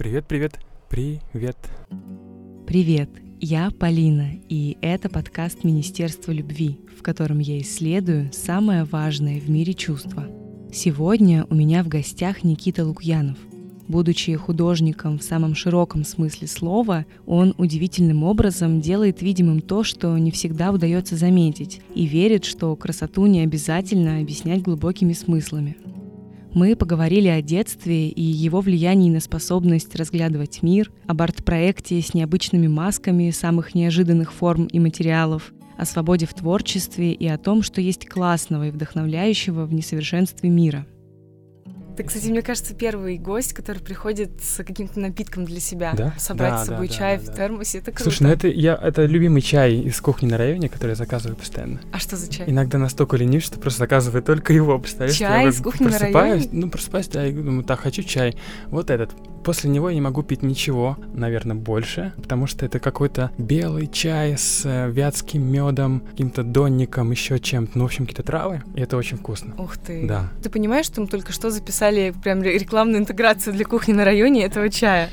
Привет, привет, привет. Привет, я Полина, и это подкаст Министерства любви, в котором я исследую самое важное в мире чувства. Сегодня у меня в гостях Никита Лукьянов. Будучи художником в самом широком смысле слова, он удивительным образом делает видимым то, что не всегда удается заметить, и верит, что красоту не обязательно объяснять глубокими смыслами. Мы поговорили о детстве и его влиянии на способность разглядывать мир, об арт-проекте с необычными масками самых неожиданных форм и материалов, о свободе в творчестве и о том, что есть классного и вдохновляющего в несовершенстве мира. Ты, кстати, мне кажется, первый гость, который приходит с каким-то напитком для себя. Да? Собрать с собой чай в термосе, это круто. Слушай, это любимый чай из кухни на районе, который я заказываю постоянно. А что за чай? Иногда настолько ленюсь, что просто заказываю только его, представляешь? Чай из кухни на районе? Просыпаюсь, да, и думаю, так, хочу чай. Вот этот. После него я не могу пить ничего, наверное, больше, потому что это какой-то белый чай с вятским медом, каким-то донником, еще чем-то, в общем, какие-то травы, и это очень вкусно. Ух ты. Да. Ты понимаешь, что мы только что записали прям рекламную интеграцию для кухни на районе этого чая?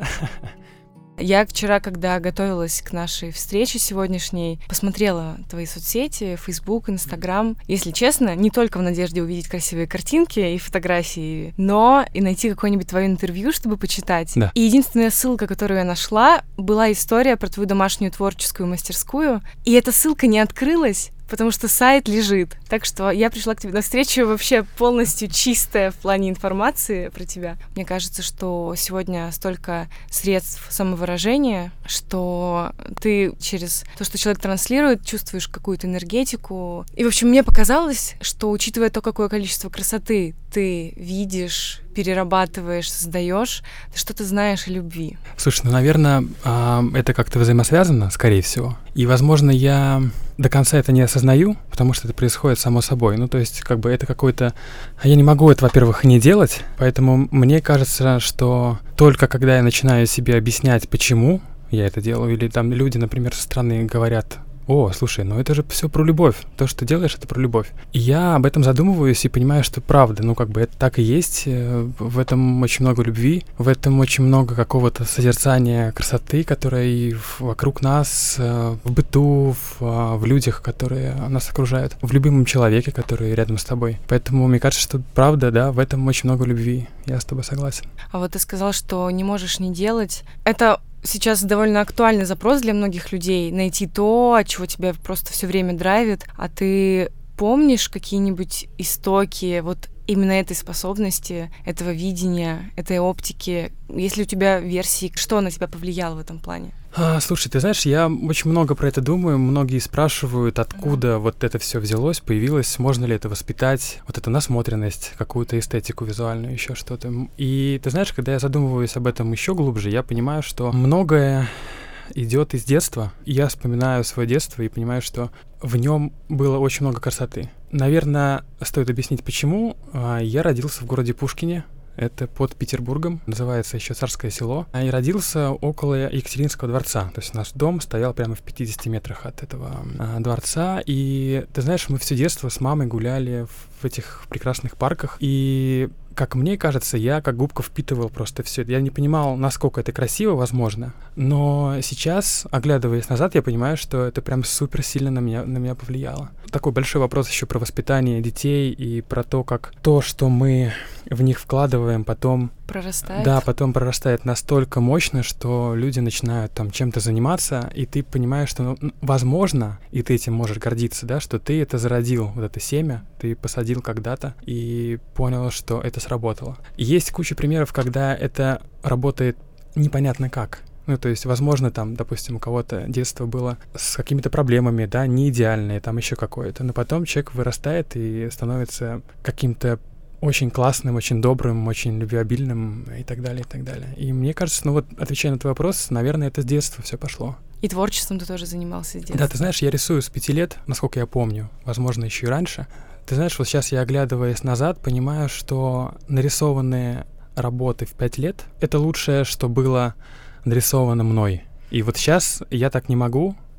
Я вчера, когда готовилась к нашей встрече сегодняшней, посмотрела твои соцсети, Facebook, Instagram. Если честно, не только в надежде увидеть красивые картинки и фотографии, но и найти какое-нибудь твое интервью, чтобы почитать. Да. И единственная ссылка, которую я нашла, была история про твою домашнюю творческую мастерскую. И эта ссылка не открылась, потому что сайт лежит. Так что я пришла к тебе на встречу вообще полностью чистая в плане информации про тебя. Мне кажется, что сегодня столько средств самовыражения, что ты через то, что человек транслирует, чувствуешь какую-то энергетику. И, в общем, мне показалось, что, учитывая то, какое количество красоты ты видишь, перерабатываешь, создаешь, ты что-то знаешь о любви. Слушай, наверное, это как-то взаимосвязано, скорее всего. И, возможно, я до конца это не осознаю, потому что это происходит само собой. То есть, это какой-то... Я не могу это, во-первых, не делать, поэтому мне кажется, что только когда я начинаю себе объяснять, почему я это делаю, или там люди, например, со стороны говорят: «О, слушай, это же все про любовь. То, что ты делаешь, это про любовь». И я об этом задумываюсь и понимаю, что правда, это так и есть. В этом очень много любви, в этом очень много какого-то созерцания красоты, которая и вокруг нас, в быту, в людях, которые нас окружают, в любимом человеке, который рядом с тобой. Поэтому мне кажется, что правда, да, в этом очень много любви. Я с тобой согласен. А вот ты сказал, что не можешь не делать. Это сейчас довольно актуальный запрос для многих людей — найти то, от чего тебя просто все время драйвит. А ты помнишь какие-нибудь истоки вот именно этой способности, этого видения, этой оптики? Есть ли у тебя версии, что на тебя повлияло в этом плане? Слушай, ты знаешь, я очень много про это думаю. Многие спрашивают, откуда вот это все взялось, появилось, можно ли это воспитать, вот эту насмотренность, какую-то эстетику визуальную, еще что-то. И ты знаешь, когда я задумываюсь об этом еще глубже, я понимаю, что многое идет из детства. Я вспоминаю свое детство и понимаю, что в нем было очень много красоты. Наверное, стоит объяснить, почему. Я родился в городе Пушкине. Это под Петербургом, называется еще Царское село. И родился около Екатеринского дворца. То есть наш дом стоял прямо в 50 метрах от этого дворца. И ты знаешь, мы все детство с мамой гуляли в этих прекрасных парках. И, как мне кажется, я как губка впитывал просто все это. Я не понимал, насколько это красиво, возможно. Но сейчас, оглядываясь назад, я понимаю, что это прям супер сильно на меня повлияло. Такой большой вопрос еще про воспитание детей и про то, как то, что мы в них вкладываем, потом прорастает. Да, потом прорастает настолько мощно, что люди начинают там чем-то заниматься, и ты понимаешь, что, возможно, и ты этим можешь гордиться, да, что ты это зародил, вот это семя, ты посадил когда-то и понял, что это сработало. И есть куча примеров, когда это работает непонятно как. То есть, возможно, там, допустим, у кого-то детство было с какими-то проблемами, да, не идеальное, там еще какое-то, но потом человек вырастает и становится каким-то очень классным, очень добрым, очень любвеобильным и так далее, и так далее. И мне кажется, отвечая на твой вопрос, наверное, это с детства все пошло. И творчеством ты тоже занимался с детства? Да, ты знаешь, я рисую с 5 лет, насколько я помню, возможно, еще и раньше. Ты знаешь, вот сейчас я, оглядываясь назад, понимаю, что нарисованные работы в 5 лет — это лучшее, что было нарисовано мной. И вот сейчас я так не могу.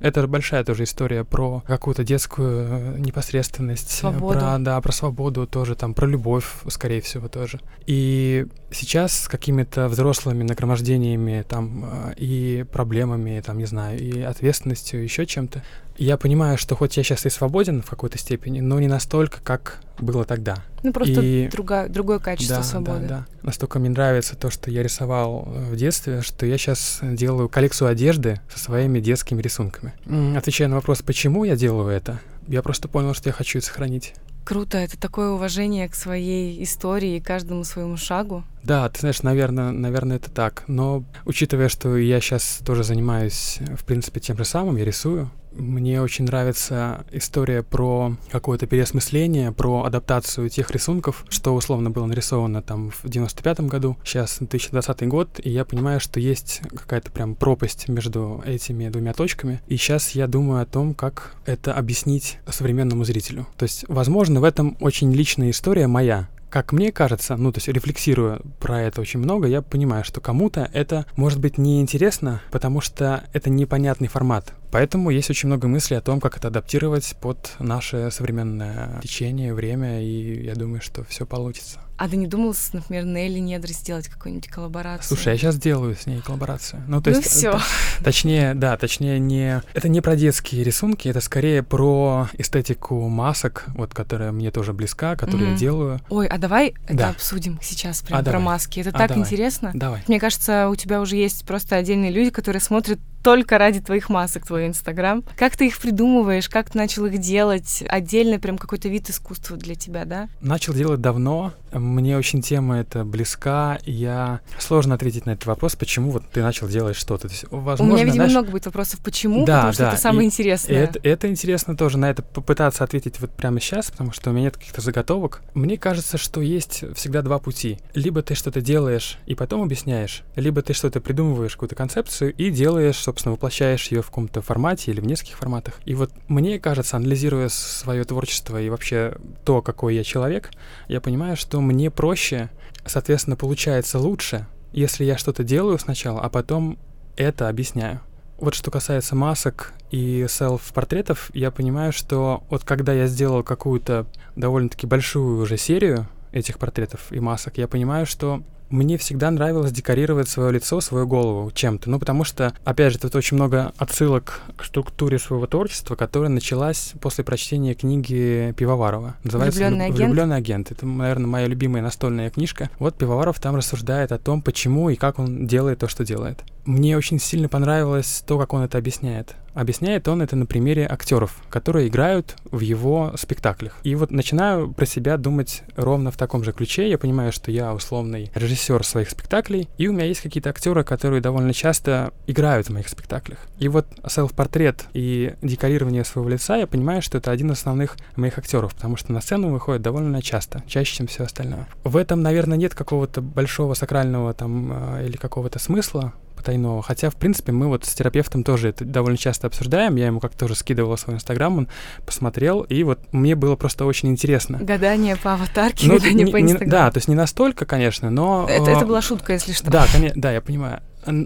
Это большая тоже история про какую-то детскую непосредственность, Свободу. Про свободу тоже, там, про любовь, скорее всего, тоже. И сейчас с какими-то взрослыми нагромождениями там и проблемами, там, не знаю, и ответственностью, еще чем-то, я понимаю, что хоть я сейчас и свободен в какой-то степени, но не настолько, как было тогда. Ну, просто другое качество свободы. Да. Настолько мне нравится то, что я рисовал в детстве, что я сейчас делаю коллекцию одежды со своими детскими рисунками. Отвечая на вопрос, почему я делаю это, я просто понял, что я хочу это сохранить. Круто, это такое уважение к своей истории и каждому своему шагу. Да, ты знаешь, наверное, это так. Но учитывая, что я сейчас тоже занимаюсь, в принципе, тем же самым, я рисую, мне очень нравится история про какое-то переосмысление, про адаптацию тех рисунков, что условно было нарисовано там в 95-м году, сейчас 2020 год, и я понимаю, что есть какая-то прям пропасть между этими двумя точками, и сейчас я думаю о том, как это объяснить современному зрителю. То есть, возможно, в этом очень личная история моя. Как мне кажется, то есть рефлексируя про это очень много, я понимаю, что кому-то это может быть неинтересно, потому что это непонятный формат. Поэтому есть очень много мыслей о том, как это адаптировать под наше современное течение, время, и я думаю, что все получится. А ты не думал, например, Нелли Недра сделать какую-нибудь коллаборацию? Слушай, я сейчас делаю с ней коллаборацию. Всё. Точнее, это не про детские рисунки, это скорее про эстетику масок, вот, которая мне тоже близка, которую я делаю. Ой, а давай это обсудим сейчас прям про маски. Это так интересно. Давай. Мне кажется, у тебя уже есть просто отдельные люди, которые смотрят только ради твоих масок, твой Инстаграм. Как ты их придумываешь, как ты начал их делать? Отдельный прям какой-то вид искусства для тебя, да? Начал делать давно. Мне очень тема эта близка. Сложно ответить на этот вопрос, почему вот ты начал делать что-то. То есть, возможно, у меня, видимо, много будет вопросов, почему, потому что это самое интересное. Это интересно тоже на это попытаться ответить вот прямо сейчас, потому что у меня нет каких-то заготовок. Мне кажется, что есть всегда два пути. Либо ты что-то делаешь и потом объясняешь, либо ты что-то придумываешь, какую-то концепцию, и делаешь, собственно, воплощаешь ее в каком-то формате или в нескольких форматах. И вот мне кажется, анализируя свое творчество и вообще то, какой я человек, я понимаю, что мне проще, соответственно, получается лучше, если я что-то делаю сначала, а потом это объясняю. Вот что касается масок и селф-портретов, я понимаю, что вот когда я сделал какую-то довольно-таки большую уже серию этих портретов и масок, я понимаю, что мне всегда нравилось декорировать свое лицо, свою голову чем-то. Потому что, опять же, тут очень много отсылок к структуре своего творчества, которая началась после прочтения книги Пивоварова. Называется «Влюбленный агент». Это, наверное, моя любимая настольная книжка. Вот Пивоваров там рассуждает о том, почему и как он делает то, что делает. Мне очень сильно понравилось то, как он это объясняет. Объясняет он это на примере актеров, которые играют в его спектаклях. И вот начинаю про себя думать ровно в таком же ключе. Я понимаю, что я условный режиссер своих спектаклей, и у меня есть какие-то актеры, которые довольно часто играют в моих спектаклях. И вот селф-портрет и декорирование своего лица, я понимаю, что это один из основных моих актеров, потому что на сцену выходит довольно часто, чаще, чем все остальное. В этом, наверное, нет какого-то большого сакрального там или какого-то смысла потайного, хотя, в принципе, мы вот с терапевтом тоже это довольно часто обсуждаем, я ему как-то тоже скидывал свой Инстаграм, он посмотрел, и вот мне было просто очень интересно. Гадание по аватарке, гадание по Инстаграму. Да, то есть не настолько, конечно, но... Это была шутка, если что. Да, я понимаю.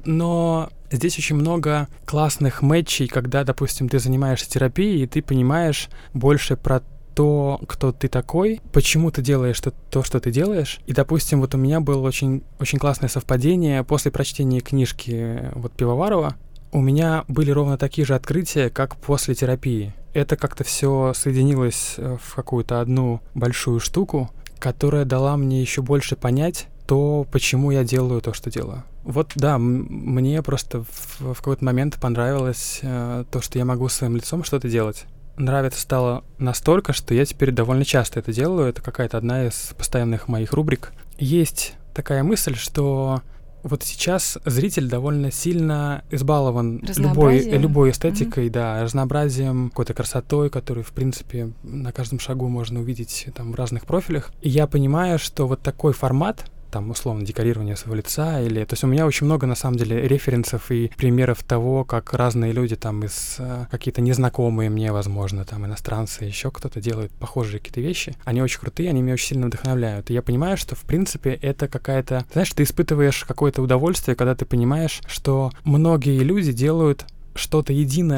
Но здесь очень много классных мэтчей, когда, допустим, ты занимаешься терапией, и ты понимаешь больше про то, кто ты такой, почему ты делаешь то, что ты делаешь. И, допустим, вот у меня было очень, очень классное совпадение после прочтения книжки вот Пивоварова. У меня были ровно такие же открытия, как после терапии. Это как-то все соединилось в какую-то одну большую штуку, которая дала мне еще больше понять то, почему я делаю то, что делаю. Вот, да, мне просто в какой-то момент понравилось то, что я могу своим лицом что-то делать. Нравится стало настолько, что я теперь довольно часто это делаю. Это какая-то одна из постоянных моих рубрик. Есть такая мысль, что вот сейчас зритель довольно сильно избалован любой эстетикой, да, разнообразием, какой-то красотой, которую, в принципе, на каждом шагу можно увидеть там в разных профилях. И я понимаю, что вот такой формат, там, условно, декорирование своего лица, или... То есть у меня очень много, на самом деле, референсов и примеров того, как разные люди, там, какие-то незнакомые мне, возможно, там, иностранцы, еще кто-то делают похожие какие-то вещи. Они очень крутые, они меня очень сильно вдохновляют. И я понимаю, что, в принципе, это какая-то... Знаешь, ты испытываешь какое-то удовольствие, когда ты понимаешь, что многие люди делают что-то единое,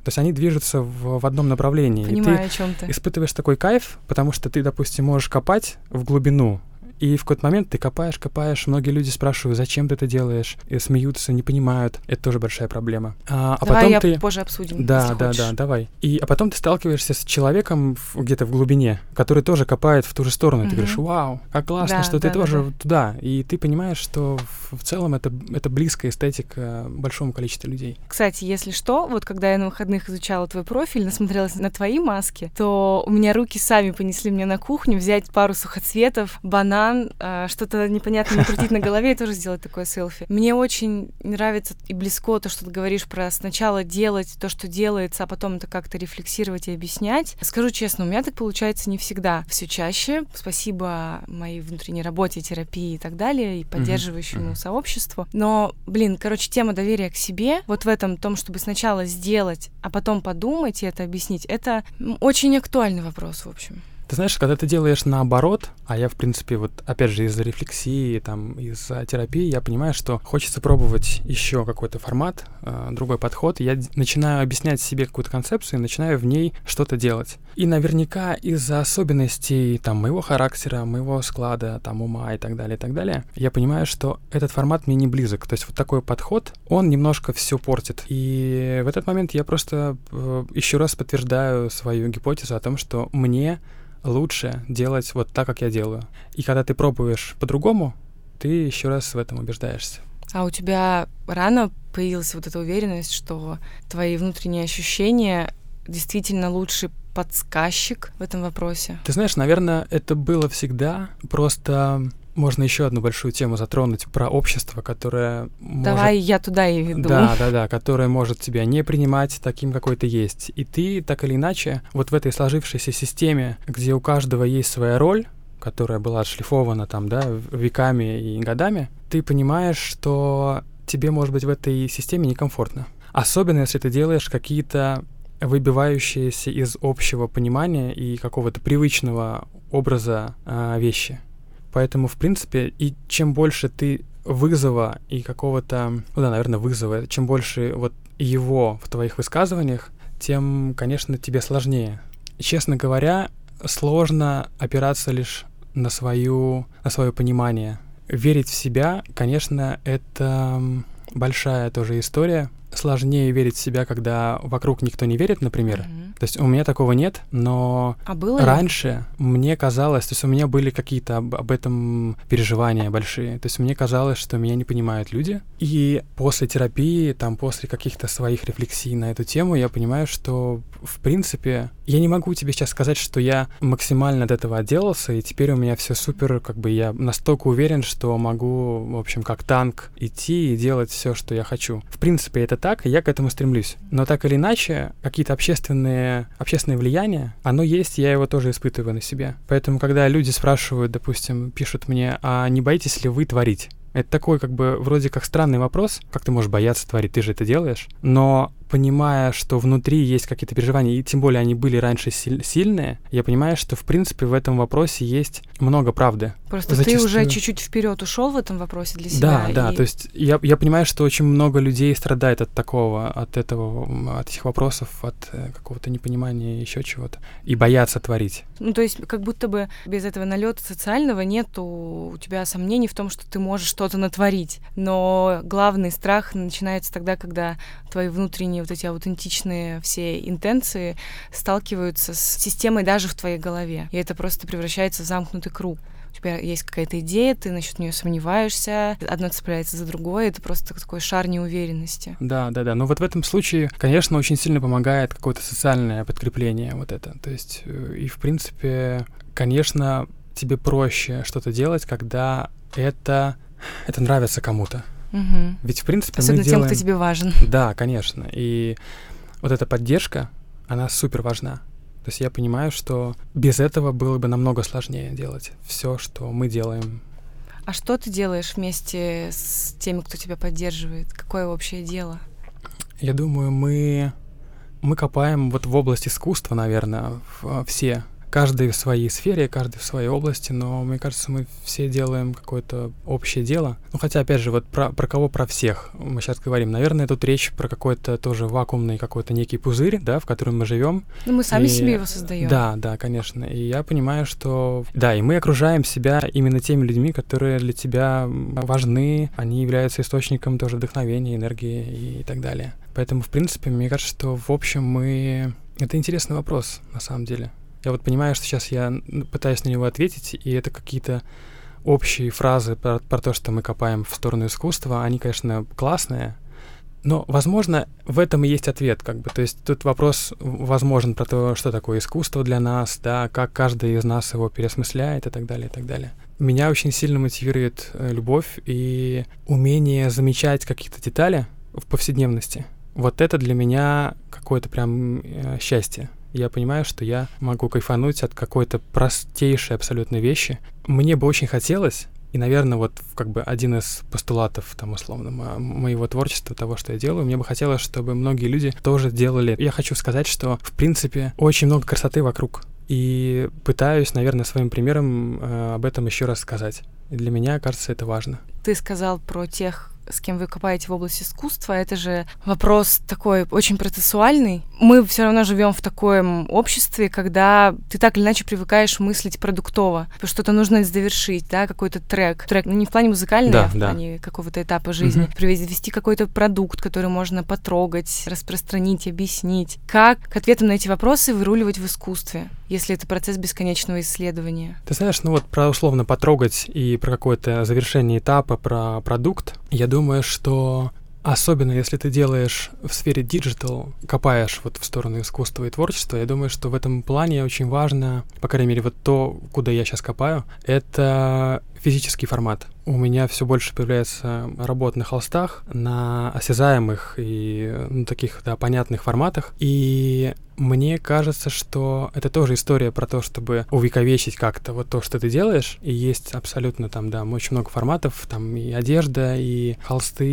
То есть они движутся в одном направлении. Понимаю, и о чем ты. испытываешь такой кайф, потому что ты, допустим, можешь копать в глубину, и в какой-то момент ты копаешь, многие люди спрашивают, зачем ты это делаешь, и смеются, не понимают. Это тоже большая проблема. Давай потом ты... позже обсудим, Да, если хочешь. давай. А потом ты сталкиваешься с человеком где-то в глубине, который тоже копает в ту же сторону. И ты говоришь, вау, как классно, что ты тоже туда. И ты понимаешь, что в целом это близкая эстетика большому количеству людей. Кстати, если что, вот когда я на выходных изучала твой профиль, насмотрелась на твои маски, то у меня руки сами понесли мне на кухню взять пару сухоцветов, банан, что-то непонятное накрутить на голове и тоже сделать такое селфи. Мне очень нравится и близко то, что ты говоришь про сначала делать то, что делается, а потом это как-то рефлексировать и объяснять. Скажу честно, у меня так получается не всегда. Все чаще, спасибо моей внутренней работе, терапии и так далее, и поддерживающему сообществу. Но, тема доверия к себе, вот в этом том, чтобы сначала сделать, а потом подумать и это объяснить, это очень актуальный вопрос, в общем. Ты знаешь, когда ты делаешь наоборот, а я, в принципе, вот опять же из-за рефлексии, из-за терапии, я понимаю, что хочется пробовать еще какой-то формат, другой подход. Я начинаю объяснять себе какую-то концепцию и начинаю в ней что-то делать. И наверняка из-за особенностей моего характера, моего склада, ума и так далее, я понимаю, что этот формат мне не близок. То есть вот такой подход, он немножко все портит. И в этот момент я просто еще раз подтверждаю свою гипотезу о том, что мне лучше делать вот так, как я делаю. И когда ты пробуешь по-другому, ты еще раз в этом убеждаешься. А у тебя рано появилась вот эта уверенность, что твои внутренние ощущения действительно лучший подсказчик в этом вопросе? Ты знаешь, наверное, это было всегда, просто можно еще одну большую тему затронуть про общество, которое Давай я туда и веду. Да, которое может тебя не принимать таким, какой ты есть. И ты, так или иначе, вот в этой сложившейся системе, где у каждого есть своя роль, которая была отшлифована веками и годами, ты понимаешь, что тебе, может быть, в этой системе некомфортно. Особенно, если ты делаешь какие-то выбивающиеся из общего понимания и какого-то привычного образа вещи. Поэтому, в принципе, и чем больше ты вызова и какого-то, вызова, чем больше вот его в твоих высказываниях, тем, конечно, тебе сложнее. Честно говоря, сложно опираться лишь на свое понимание. Верить в себя, конечно, это большая тоже история. Сложнее верить в себя, когда вокруг никто не верит, например. То есть у меня такого нет, но раньше мне казалось, то есть у меня были какие-то об этом переживания большие. То есть мне казалось, что меня не понимают люди. И после терапии, после каких-то своих рефлексий на эту тему, я понимаю, что, в принципе, я не могу тебе сейчас сказать, что я максимально от этого отделался, и теперь у меня все супер, я настолько уверен, что могу, в общем, как танк идти и делать все, что я хочу. В принципе, это так, и я к этому стремлюсь. Но так или иначе, какие-то общественное влияние, оно есть, я его тоже испытываю на себе. Поэтому, когда люди спрашивают, допустим, пишут мне, а не боитесь ли вы творить? Это такой, вроде как странный вопрос. Как ты можешь бояться творить? Ты же это делаешь. Но понимая, что внутри есть какие-то переживания, и тем более они были раньше сильные, я понимаю, что, в принципе, в этом вопросе есть много правды. Просто ты уже чуть-чуть вперед ушел в этом вопросе для себя. Да, то есть я понимаю, что очень много людей страдает от этих вопросов, от какого-то непонимания, еще чего-то, и боятся творить. То есть как будто бы без этого налета социального нету у тебя сомнений в том, что ты можешь что-то натворить. Но главный страх начинается тогда, когда твои внутренние вот эти аутентичные все интенции сталкиваются с системой даже в твоей голове. И это просто превращается в замкнутый круг. У тебя есть какая-то идея, ты насчет нее сомневаешься, одно цепляется за другое, это просто такой шар неуверенности. Да. Но вот в этом случае, конечно, очень сильно помогает какое-то социальное подкрепление вот это. То есть, и в принципе, конечно, тебе проще что-то делать, когда это нравится кому-то. Ведь, в принципе, особенно мы делаем... тем, кто тебе важен. Да, конечно. И вот эта поддержка, она супер важна. То есть я понимаю, что без этого было бы намного сложнее делать все, что мы делаем. А что ты делаешь вместе с теми, кто тебя поддерживает? Какое общее дело? Я думаю, мы копаем вот в область искусства, наверное, все. каждый в своей сфере, каждый в своей области, но мне кажется, мы все делаем какое-то общее дело. Ну, хотя, опять же, вот про кого, про всех мы сейчас говорим. Наверное, тут речь про какой-то тоже вакуумный какой-то некий пузырь, да, в котором мы живем. Ну, мы сами себе его создаем. Да, конечно. И я понимаю, что да, и мы окружаем себя именно теми людьми, которые для тебя важны, они являются источником тоже вдохновения, энергии и так далее. Поэтому, в принципе, мне кажется, что в общем это интересный вопрос, на самом деле. Я вот понимаю, что сейчас я пытаюсь на него ответить, и это какие-то общие фразы про то, что мы копаем в сторону искусства, они, конечно, классные, но, возможно, в этом и есть ответ, как бы. То есть тут вопрос возможен про то, что такое искусство для нас, да, как каждый из нас его переосмысляет и так далее, и так далее. Меня очень сильно мотивирует любовь и умение замечать какие-то детали в повседневности. Вот это для меня какое-то прям счастье. Я понимаю, что я могу кайфануть от какой-то простейшей абсолютно вещи. Мне бы очень хотелось, и, наверное, вот как бы один из постулатов, там, условно, моего творчества, того, что я делаю, мне бы хотелось, чтобы многие люди тоже делали. Я хочу сказать, что, в принципе, очень много красоты вокруг. И пытаюсь, наверное, своим примером об этом еще раз сказать. И для меня, кажется, это важно. Ты сказал про тех, с кем вы копаете в области искусства, это же вопрос такой очень процессуальный. Мы все равно живем в таком обществе, когда ты так или иначе привыкаешь мыслить продуктово. Что-то нужно завершить, да, какой-то трек. Трек, не в плане музыкального, а в плане какого-то этапа жизни. Привести какой-то продукт, который можно потрогать, распространить, объяснить. Как к ответам на эти вопросы выруливать в искусстве, если это процесс бесконечного исследования? Ты знаешь, ну вот про условно потрогать и про какое-то завершение этапа, про продукт, я думаю, что особенно если ты делаешь в сфере диджитал, копаешь вот в сторону искусства и творчества, я думаю, что в этом плане очень важно, по крайней мере, вот то, куда я сейчас копаю, это физический формат. У меня все больше появляется работ на холстах, на осязаемых и таких, да, понятных форматах. И мне кажется, что это тоже история про то, чтобы увековечить как-то вот то, что ты делаешь. И есть абсолютно там, да, очень много форматов. Там и одежда, и холсты,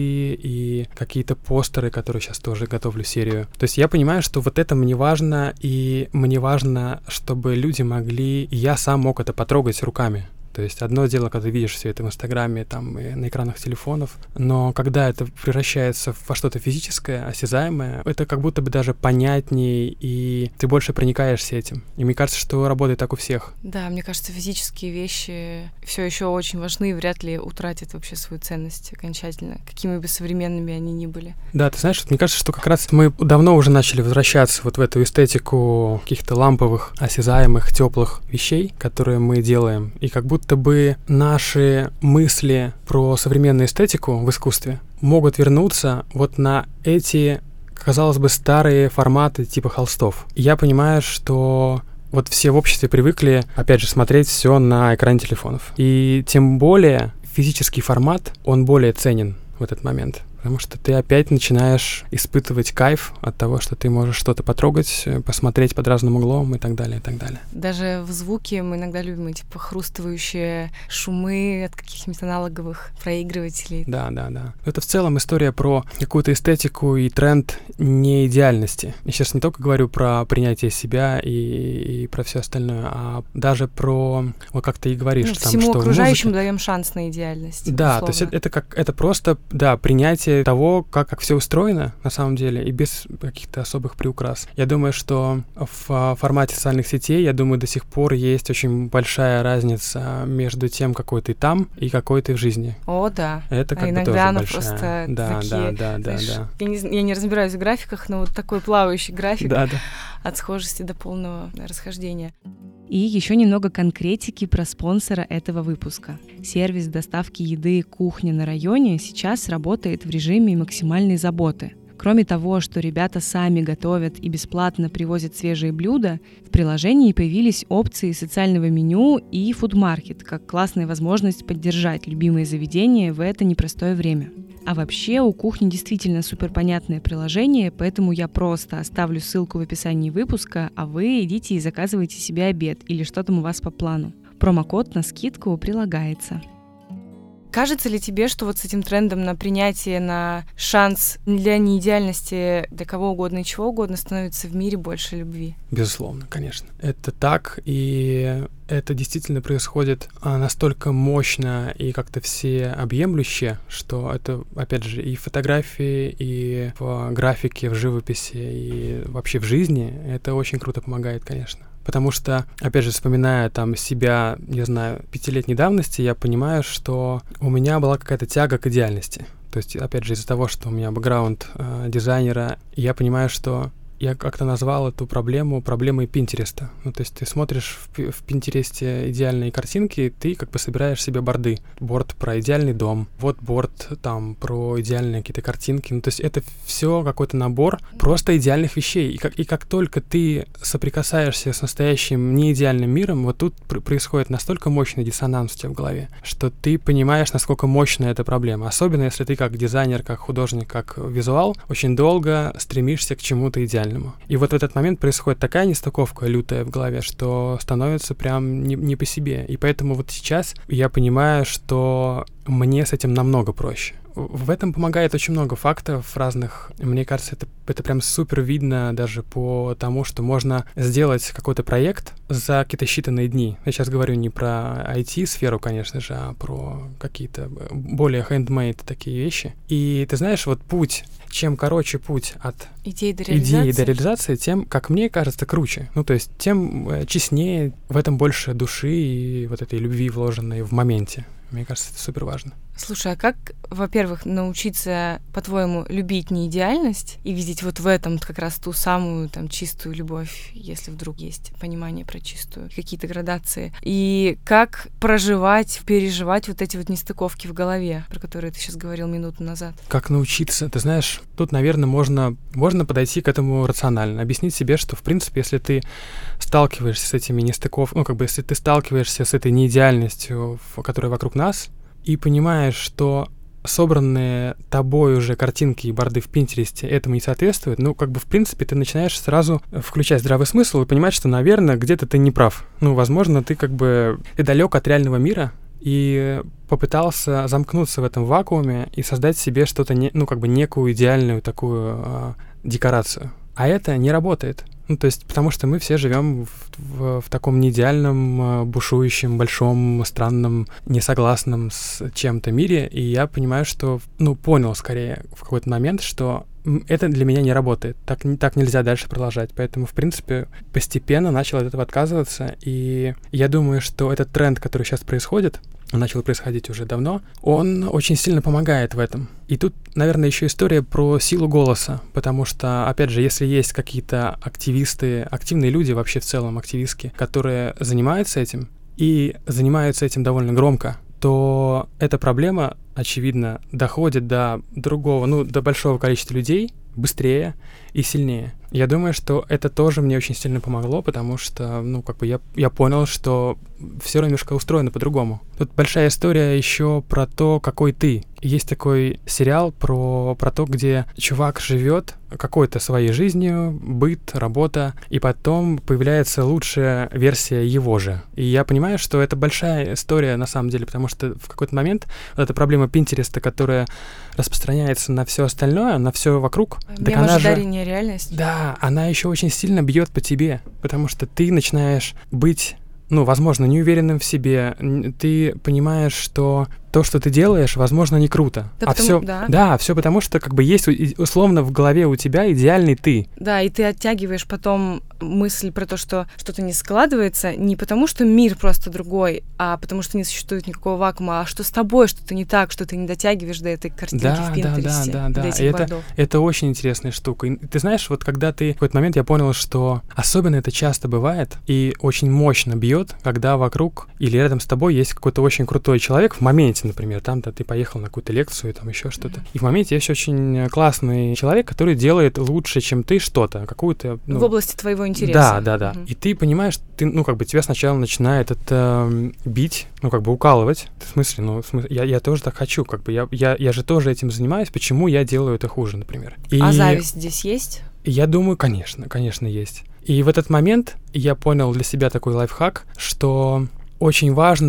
и какие-то постеры, которые сейчас тоже готовлю серию. То есть я понимаю, что вот это мне важно, и мне важно, чтобы люди могли, и я сам мог это потрогать руками. То есть одно дело, когда ты видишь все это в Инстаграме, там, и на экранах телефонов, но когда это превращается во что-то физическое, осязаемое, это как будто бы даже понятнее, и ты больше проникаешься этим. И мне кажется, что работает так у всех. Да, мне кажется, физические вещи все еще очень важны и вряд ли утратят вообще свою ценность окончательно, какими бы современными они ни были. Да, ты знаешь, мне кажется, что как раз мы давно уже начали возвращаться вот в эту эстетику каких-то ламповых, осязаемых, теплых вещей, которые мы делаем, и как будто бы наши мысли про современную эстетику в искусстве могут вернуться вот на эти, казалось бы, старые форматы типа холстов. Я понимаю, что вот все в обществе привыкли, опять же, смотреть все на экране телефонов. И тем более физический формат, он более ценен в этот момент. Потому что ты опять начинаешь испытывать кайф от того, что ты можешь что-то потрогать, посмотреть под разным углом и так далее, и так далее. Даже в звуке мы иногда любим эти похрустывающие шумы от каких-нибудь аналоговых проигрывателей. Да. Это в целом история про какую-то эстетику и тренд неидеальности. Я сейчас не только говорю про принятие себя и про все остальное, а даже про, вот как ты и говоришь, там, всему что окружающим даем шанс на идеальность. Да, условно. то есть это просто, да, принятие того, как все устроено на самом деле, и без каких-то особых приукрас. Я думаю, что в формате социальных сетей, я думаю, до сих пор есть очень большая разница между тем, какой ты там и какой ты в жизни. О, да. Это как бы иногда тоже она большая. просто Да. Я не разбираюсь в графиках, но вот такой плавающий график Да. от схожести до полного расхождения. И еще немного конкретики про спонсора этого выпуска. Сервис доставки еды «Кухня на районе» сейчас работает в режиме максимальной заботы. Кроме того, что ребята сами готовят и бесплатно привозят свежие блюда, в приложении появились опции социального меню и фудмаркет, как классная возможность поддержать любимые заведения в это непростое время. А вообще у кухни действительно суперпонятное приложение, поэтому я просто оставлю ссылку в описании выпуска, а вы идите и заказывайте себе обед или что там у вас по плану. Промокод на скидку прилагается. Кажется ли тебе, что вот с этим трендом на принятие, на шанс для неидеальности, для кого угодно и чего угодно становится в мире больше любви? Безусловно, конечно. Это так, и это действительно происходит настолько мощно и как-то всеобъемлюще, что это, опять же, и в фотографии, и в графике, в живописи, и вообще в жизни это очень круто помогает, конечно. Потому что, опять же, вспоминая там себя, не знаю, 5-летней давности, я понимаю, что у меня была какая-то тяга к идеальности. То есть, опять же, из-за того, что у меня бэкграунд дизайнера, я понимаю, что я как-то назвал эту проблему проблемой Пинтереста. Ну, то есть ты смотришь в Пинтересте идеальные картинки, ты как бы собираешь себе борды. Борд про идеальный дом, вот борд там про идеальные какие-то картинки. Ну, то есть это все какой-то набор просто идеальных вещей. И как только ты соприкасаешься с настоящим неидеальным миром, вот тут происходит настолько мощный диссонанс у тебя в голове, что ты понимаешь, насколько мощная эта проблема. Особенно если ты как дизайнер, как художник, как визуал очень долго стремишься к чему-то идеальному. И вот в этот момент происходит такая нестыковка лютая в голове, что становится прям не по себе. И поэтому вот сейчас я понимаю, что мне с этим намного проще. В этом помогает очень много фактов разных. Мне кажется, это прям супер видно даже по тому, что можно сделать какой-то проект за какие-то считанные дни. Я сейчас говорю не про IT-сферу, конечно же, а про какие-то более handmade такие вещи. И ты знаешь, вот чем короче путь от идеи до реализации, тем, как мне кажется, круче. Ну, то есть тем честнее, в этом больше души и вот этой любви, вложенной в моменте. Мне кажется, это супер важно. Слушай, а как, во-первых, научиться, по-твоему, любить неидеальность и видеть вот в этом как раз ту самую там чистую любовь, если вдруг есть понимание про чистую, какие-то градации? И как проживать, переживать вот эти вот нестыковки в голове, про которые ты сейчас говорил минуту назад? Как научиться? Ты знаешь, тут, наверное, можно подойти к этому рационально, объяснить себе, что, в принципе, если ты сталкиваешься с этими нестыковками, ну, как бы, если ты сталкиваешься с этой неидеальностью, которая вокруг нас, и понимаешь, что собранные тобой уже картинки и борды в Пинтересте этому не соответствуют, ну, как бы, в принципе, ты начинаешь сразу включать здравый смысл и понимать, что, наверное, где-то ты не прав. Ну, возможно, ты далек от реального мира и попытался замкнуться в этом вакууме и создать себе что-то, некую идеальную такую декорацию. А это не работает. Ну, то есть, потому что мы все живем в таком неидеальном, бушующем, большом, странном, несогласном с чем-то мире, и я понимаю, что, понял скорее в какой-то момент, что это для меня не работает, так нельзя дальше продолжать, поэтому, в принципе, постепенно начал от этого отказываться, и я думаю, что этот тренд, который сейчас происходит, начал происходить уже давно, он очень сильно помогает в этом. И тут, наверное, еще история про силу голоса, потому что, опять же, если есть какие-то активные люди вообще в целом, активистки, которые занимаются этим, и занимаются этим довольно громко, то эта проблема, очевидно, доходит до большого количества людей быстрее и сильнее. Я думаю, что это тоже мне очень сильно помогло, потому что, я понял, что все немножко устроено по-другому. Тут большая история еще про то, какой ты. Есть такой сериал про то, где чувак живет какой-то своей жизнью, быт, работа, и потом появляется лучшая версия его же. И я понимаю, что это большая история на самом деле, потому что в какой-то момент вот эта проблема Пинтереста, которая распространяется на все остальное, на все вокруг, ожидание реальность. Да, она еще очень сильно бьет по тебе, потому что ты начинаешь быть, возможно, неуверенным в себе. Ты понимаешь, что то, что ты делаешь, возможно, не круто. Все потому, что есть условно в голове у тебя идеальный ты. Да, и ты оттягиваешь потом мысль про то, что что-то не складывается, не потому, что мир просто другой, а потому, что не существует никакого вакуума, а что с тобой что-то не так, что ты не дотягиваешь до этой картинки в Пинтересте, до этих бордов. Это очень интересная штука. И ты знаешь, вот когда ты в какой-то момент я понял, что особенно это часто бывает и очень мощно бьет, когда вокруг или рядом с тобой есть какой-то очень крутой человек в моменте, например, там-то ты поехал на какую-то лекцию, там еще что-то. И в моменте есть очень классный человек, который делает лучше, чем ты что-то, какую-то... в области твоего интереса. Да. И ты понимаешь, тебя сначала начинает это бить, укалывать. В смысле, я тоже так хочу, я же тоже этим занимаюсь, почему я делаю это хуже, например. А зависть здесь есть? Я думаю, конечно, есть. И в этот момент я понял для себя такой лайфхак, что очень важно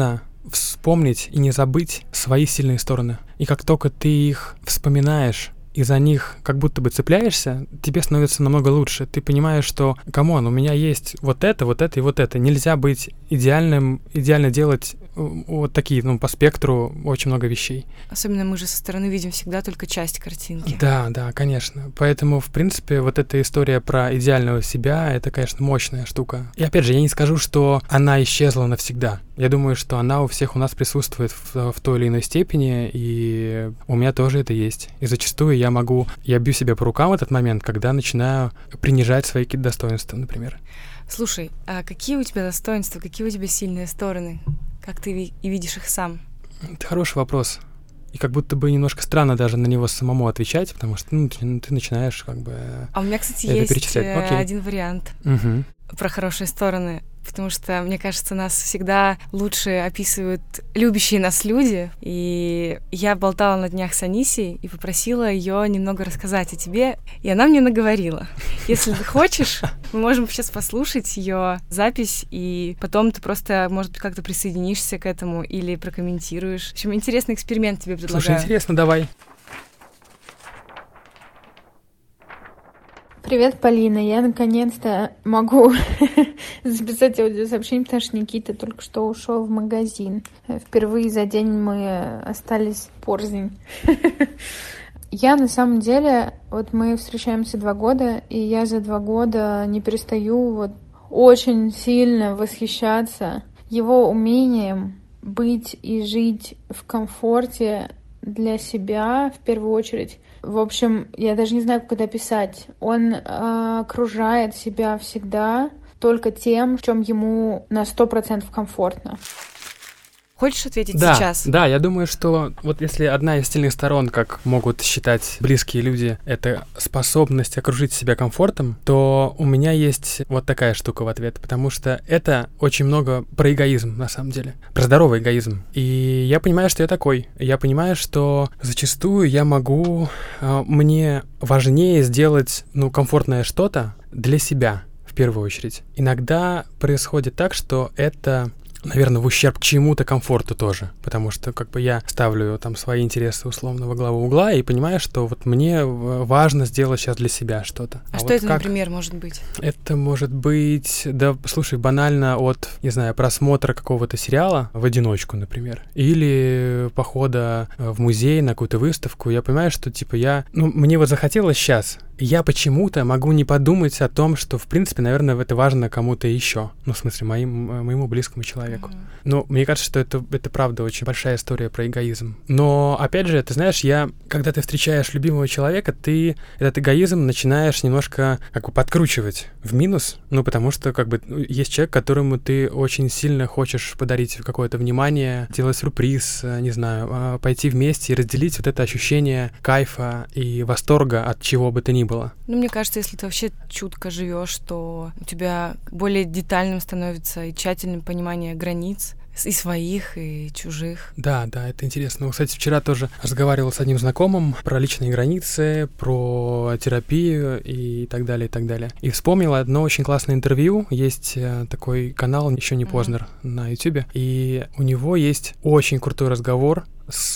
вспомнить и не забыть свои сильные стороны. И как только ты их вспоминаешь, и за них как будто бы цепляешься, тебе становится намного лучше. Ты понимаешь, что, камон, у меня есть вот это и вот это. Нельзя быть идеальным, идеально делать вот такие, по спектру очень много вещей. Особенно мы же со стороны видим всегда только часть картинки. Да, конечно. Поэтому, в принципе, вот эта история про идеального себя, это, конечно, мощная штука. И опять же, я не скажу, что она исчезла навсегда. Я думаю, что она у всех у нас присутствует в той или иной степени, и у меня тоже это есть. И зачастую я бью себя по рукам в этот момент, когда начинаю принижать свои какие-то достоинства, например. Слушай, а какие у тебя достоинства, какие у тебя сильные стороны? Как ты и видишь их сам? Это хороший вопрос. И как будто бы немножко странно даже на него самому отвечать, потому что ты начинаешь как бы... А у меня, кстати, есть один вариант про хорошие стороны. Потому что, мне кажется, нас всегда лучше описывают любящие нас люди. И я болтала на днях с Анисей и попросила ее немного рассказать о тебе. И она мне наговорила. Если ты хочешь, мы можем сейчас послушать ее запись, и потом ты просто, может быть, как-то присоединишься к этому или прокомментируешь. В общем, интересный эксперимент тебе предлагаю. Слушай, интересно, давай. Привет, Полина. Я наконец-то могу записать аудиосообщение, потому что Никита только что ушел в магазин. Впервые за день мы остались порознь. Я на самом деле, мы встречаемся 2 года, и я за 2 года не перестаю очень сильно восхищаться его умением быть и жить в комфорте для себя в первую очередь. В общем, я даже не знаю, как это описать. Он окружает себя всегда только тем, в чем ему на 100% комфортно. Хочешь ответить сейчас? Да, я думаю, что вот если одна из сильных сторон, как могут считать близкие люди, это способность окружить себя комфортом, то у меня есть вот такая штука в ответ, потому что это очень много про эгоизм, на самом деле, про здоровый эгоизм. И я понимаю, что я такой. Я понимаю, что зачастую мне важнее сделать, комфортное что-то для себя, в первую очередь. Иногда происходит так, что это... наверное, в ущерб чему-то комфорту тоже, потому что я ставлю там свои интересы условно во главу угла и понимаю, что мне важно сделать сейчас для себя что-то. А что это, например, может быть? Это может быть, банально от, не знаю, просмотра какого-то сериала в одиночку, например, или похода в музей на какую-то выставку. Я понимаю, что мне захотелось сейчас. Я почему-то могу не подумать о том, что, в принципе, наверное, это важно кому-то еще. В смысле, моему близкому человеку. Но мне кажется, что это правда очень большая история про эгоизм. Но, опять же, ты знаешь, когда ты встречаешь любимого человека, ты этот эгоизм начинаешь немножко подкручивать в минус, потому что есть человек, которому ты очень сильно хочешь подарить какое-то внимание, сделать сюрприз, не знаю, пойти вместе и разделить вот это ощущение кайфа и восторга от чего бы то ни было. Мне кажется, если ты вообще чутко живешь, то у тебя более детальным становится и тщательным понимание границ и своих, и чужих. Да, это интересно. Кстати, вчера тоже разговаривал с одним знакомым про личные границы, про терапию и так далее, и так далее. И вспомнил одно очень классное интервью. Есть такой канал «Еще не Познер» на YouTube, и у него есть очень крутой разговор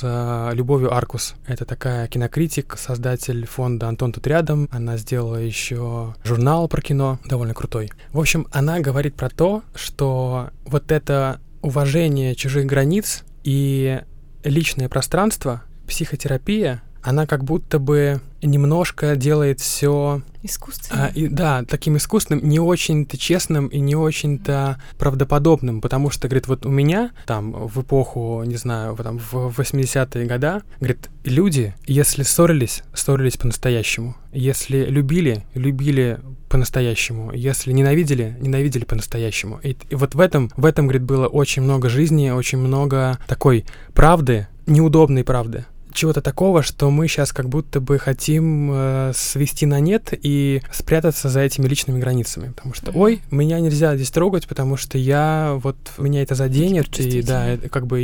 с Любовью Аркус. Это такая кинокритик, создатель фонда «Антон тут рядом». Она сделала еще журнал про кино, довольно крутой. В общем, она говорит про то, что вот это уважение чужих границ и личное пространство, психотерапия, она как будто бы немножко делает все искусственным. Таким искусственным, не очень-то честным и не очень-то правдоподобным, потому что, говорит, у меня там в эпоху, не знаю, в 80-е годы, говорит, люди, если ссорились по-настоящему, если любили по-настоящему, если ненавидели по-настоящему. И вот в этом, говорит, было очень много жизни, очень много такой правды, неудобной правды. чего-то такого, что мы сейчас как будто бы хотим свести на нет и спрятаться за этими личными границами. Потому что, ой, меня нельзя здесь трогать, потому что меня это заденет. И да,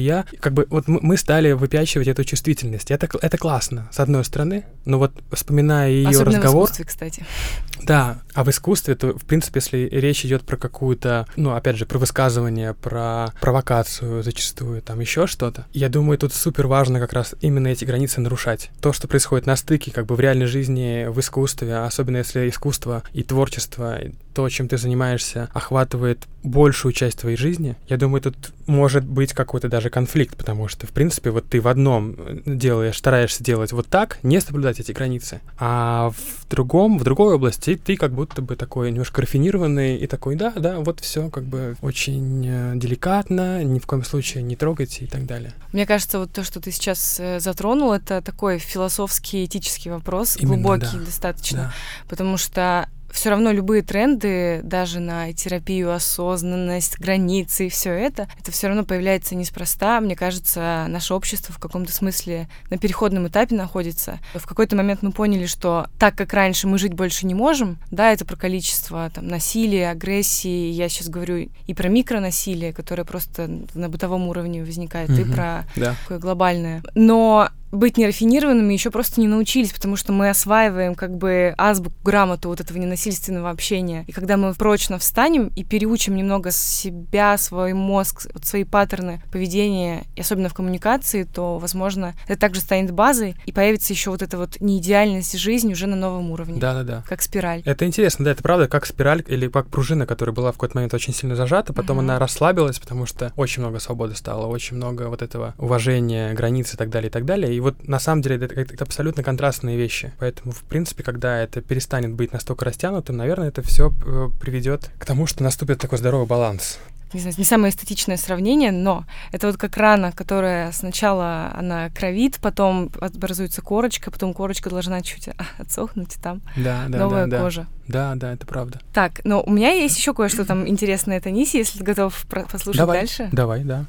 вот мы стали выпячивать эту чувствительность. Это классно, с одной стороны, но вот вспоминая ее разговор... в искусстве, кстати. Да, а в искусстве, то, в принципе, если речь идет про какую-то, опять же, про высказывание, про провокацию зачастую, там еще что-то, я думаю, тут супер важно как раз именно эти границы нарушать. То, что происходит на стыке, как бы в реальной жизни, в искусстве, особенно если искусство и творчество, то, чем ты занимаешься, охватывает большую часть твоей жизни, я думаю, тут может быть какой-то даже конфликт, потому что, в принципе, вот ты в одном стараешься делать вот так, не соблюдать эти границы, а в другой области ты как будто бы такой немножко рафинированный и такой, да, вот все как бы очень деликатно, ни в коем случае не трогайте и так далее. Мне кажется, вот то, что ты сейчас затронул, это такой философский, этический вопрос, именно, глубокий да. Достаточно, потому что все равно любые тренды, даже на терапию, осознанность, границы и все это все равно появляется неспроста. Мне кажется, наше общество в каком-то смысле на переходном этапе находится. В какой-то момент мы поняли, что так, как раньше, мы жить больше не можем. Да, это про количество насилия, агрессии. Я сейчас говорю и про микронасилие, которое просто на бытовом уровне возникает, и про такое глобальное. Но быть нерафинированными еще просто не научились, потому что мы осваиваем как бы азбуку, грамоту вот этого ненасильственного общения. И когда мы прочно встанем и переучим немного себя, свой мозг, свои паттерны поведения, и особенно в коммуникации, то, возможно, это также станет базой, и появится еще вот эта вот неидеальность жизни уже на новом уровне. Да. Как спираль. Это интересно, да, это правда, как спираль или как пружина, которая была в какой-то момент очень сильно зажата, потом она расслабилась, потому что очень много свободы стало, очень много вот этого уважения, границ и так далее, и так далее. И вот на самом деле это абсолютно контрастные вещи. Поэтому, в принципе, когда это перестанет быть настолько растянутым, наверное, это все приведет к тому, что наступит такой здоровый баланс. Не знаю, не самое эстетичное сравнение, но это вот как рана, которая сначала она кровит, потом образуется корочка, потом корочка должна чуть отсохнуть, и там новая кожа. Да, это правда. Так, но у меня есть еще кое-что там интересное, Таниси, если ты готов послушать дальше. Давай, да.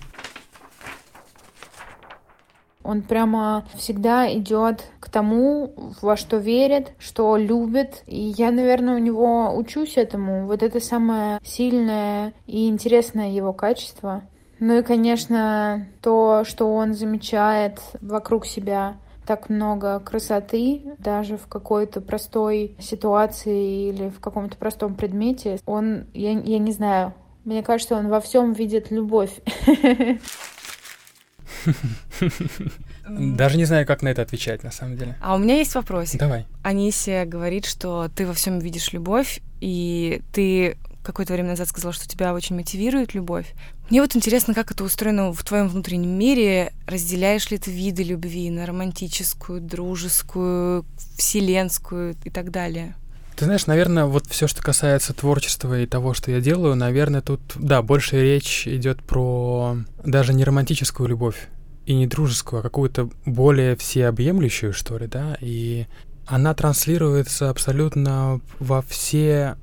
Он прямо всегда идет к тому, во что верит, что любит. И я, наверное, у него учусь этому. Вот это самое сильное и интересное его качество. Ну и, конечно, то, что он замечает вокруг себя так много красоты, даже в какой-то простой ситуации или в каком-то простом предмете. Я не знаю, мне кажется, он во всем видит любовь. Даже не знаю, как на это отвечать, на самом деле. А у меня есть вопросик. Давай. Анисия говорит, что ты во всем видишь любовь, и ты какое-то время назад сказала, что тебя очень мотивирует любовь. Мне вот интересно, как это устроено в твоем внутреннем мире. Разделяешь ли ты виды любви на романтическую, дружескую, вселенскую и так далее? Ты знаешь, наверное, вот все, что касается творчества и того, что я делаю, наверное, тут, да, больше речь идет про даже не романтическую любовь и не дружескую, а какую-то более всеобъемлющую, что ли, да, и она транслируется абсолютно во все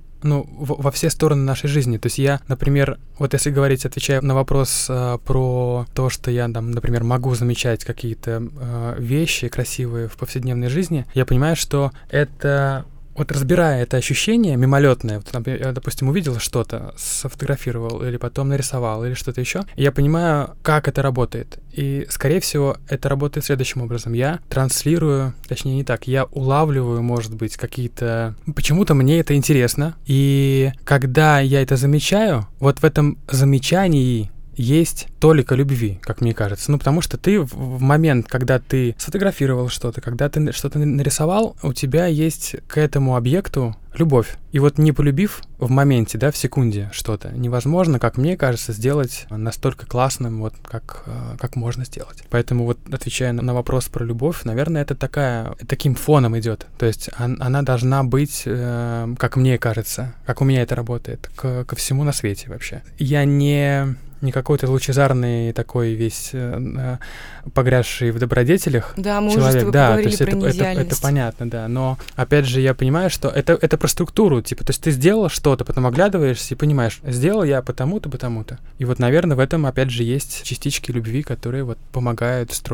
стороны нашей жизни. То есть я, например, вот если говорить, отвечая на вопрос про то, что я, там, например, могу замечать какие-то вещи красивые в повседневной жизни, я понимаю, что это... Вот разбирая это ощущение мимолетное, вот, я, допустим, увидел что-то, сфотографировал или потом нарисовал или что-то еще, я понимаю, как это работает. И, скорее всего, это работает следующим образом. Я транслирую, точнее не так, я улавливаю, может быть, какие-то... Почему-то мне это интересно. И когда я это замечаю, вот в этом замечании есть толика любви, как мне кажется. Потому что ты в момент, когда ты сфотографировал что-то, когда ты что-то нарисовал, у тебя есть к этому объекту любовь. И вот не полюбив в моменте, да, в секунде что-то, невозможно, как мне кажется, сделать настолько классным, вот как можно сделать. Поэтому вот, отвечая на вопрос про любовь, наверное, это таким фоном идет. То есть она должна быть, как мне кажется, как у меня это работает, ко всему на свете вообще. Я не какой-то лучезарный такой весь погрязший в добродетелях да, мы человек. Уже да, то есть про это понятно, да. Но опять же я понимаю, что это про структуру, типа, то есть ты сделал что-то, потом оглядываешься и понимаешь, сделал я потому-то. И вот, наверное, в этом опять же есть частички любви, которые вот помогают строить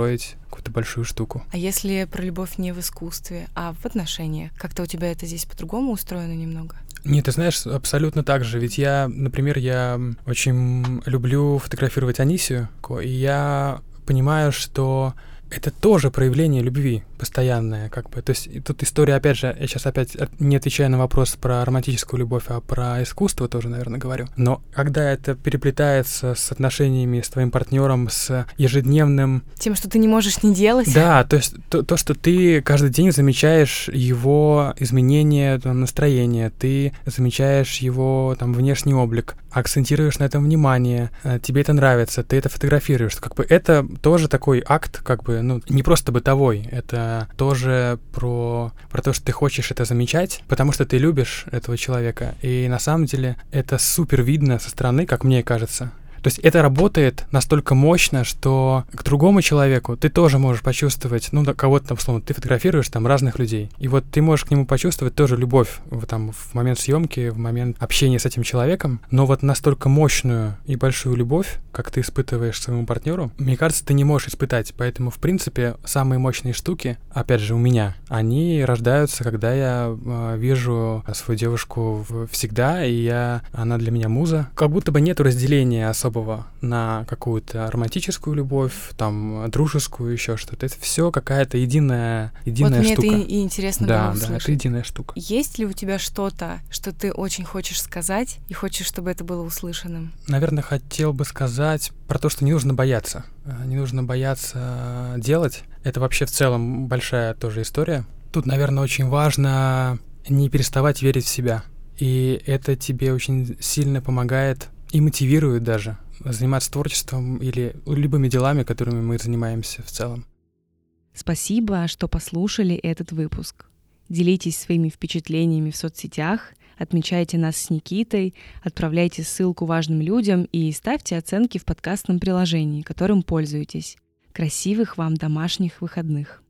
какую-то большую штуку. А если про любовь не в искусстве, а в отношениях, как-то у тебя это здесь по-другому устроено немного? Нет, ты знаешь, абсолютно так же. Ведь я, например, я очень люблю фотографировать Анисию, и я понимаю, что это тоже проявление любви постоянное, как бы. То есть тут история, опять же, я сейчас опять не отвечаю на вопрос про романтическую любовь, а про искусство тоже, наверное, говорю. Но когда это переплетается с отношениями с твоим партнером, с ежедневным... Тем, что ты не можешь не делать. Да, то есть то, что ты каждый день замечаешь его изменение настроения, ты замечаешь его там внешний облик, акцентируешь на этом внимание, тебе это нравится, ты это фотографируешь. Как бы это тоже такой акт, как бы, ну, не просто бытовой, это тоже про то, что ты хочешь это замечать, потому что ты любишь этого человека. И на самом деле это супер видно со стороны, как мне кажется. То есть это работает настолько мощно, что к другому человеку ты тоже можешь почувствовать, ну, кого-то там, условно, ты фотографируешь там разных людей, и вот ты можешь к нему почувствовать тоже любовь там, в момент съемки, в момент общения с этим человеком, но вот настолько мощную и большую любовь, как ты испытываешь своему партнеру, мне кажется, ты не можешь испытать. Поэтому, в принципе, самые мощные штуки, опять же, у меня, они рождаются, когда я вижу свою девушку всегда, и она для меня муза. Как будто бы нету разделения особого на какую-то романтическую любовь, там, дружескую, еще что-то. Это все какая-то единая штука. Вот мне это и интересно было услышать. Да, это единая штука. Есть ли у тебя что-то, что ты очень хочешь сказать и хочешь, чтобы это было услышанным? Наверное, хотел бы сказать про то, что не нужно бояться. Не нужно бояться делать. Это вообще в целом большая тоже история. Тут, наверное, очень важно не переставать верить в себя. И это тебе очень сильно помогает и мотивирует даже заниматься творчеством или любыми делами, которыми мы занимаемся в целом. Спасибо, что послушали этот выпуск. Делитесь своими впечатлениями в соцсетях, отмечайте нас с Никитой, отправляйте ссылку важным людям и ставьте оценки в подкастном приложении, которым пользуетесь. Красивых вам домашних выходных!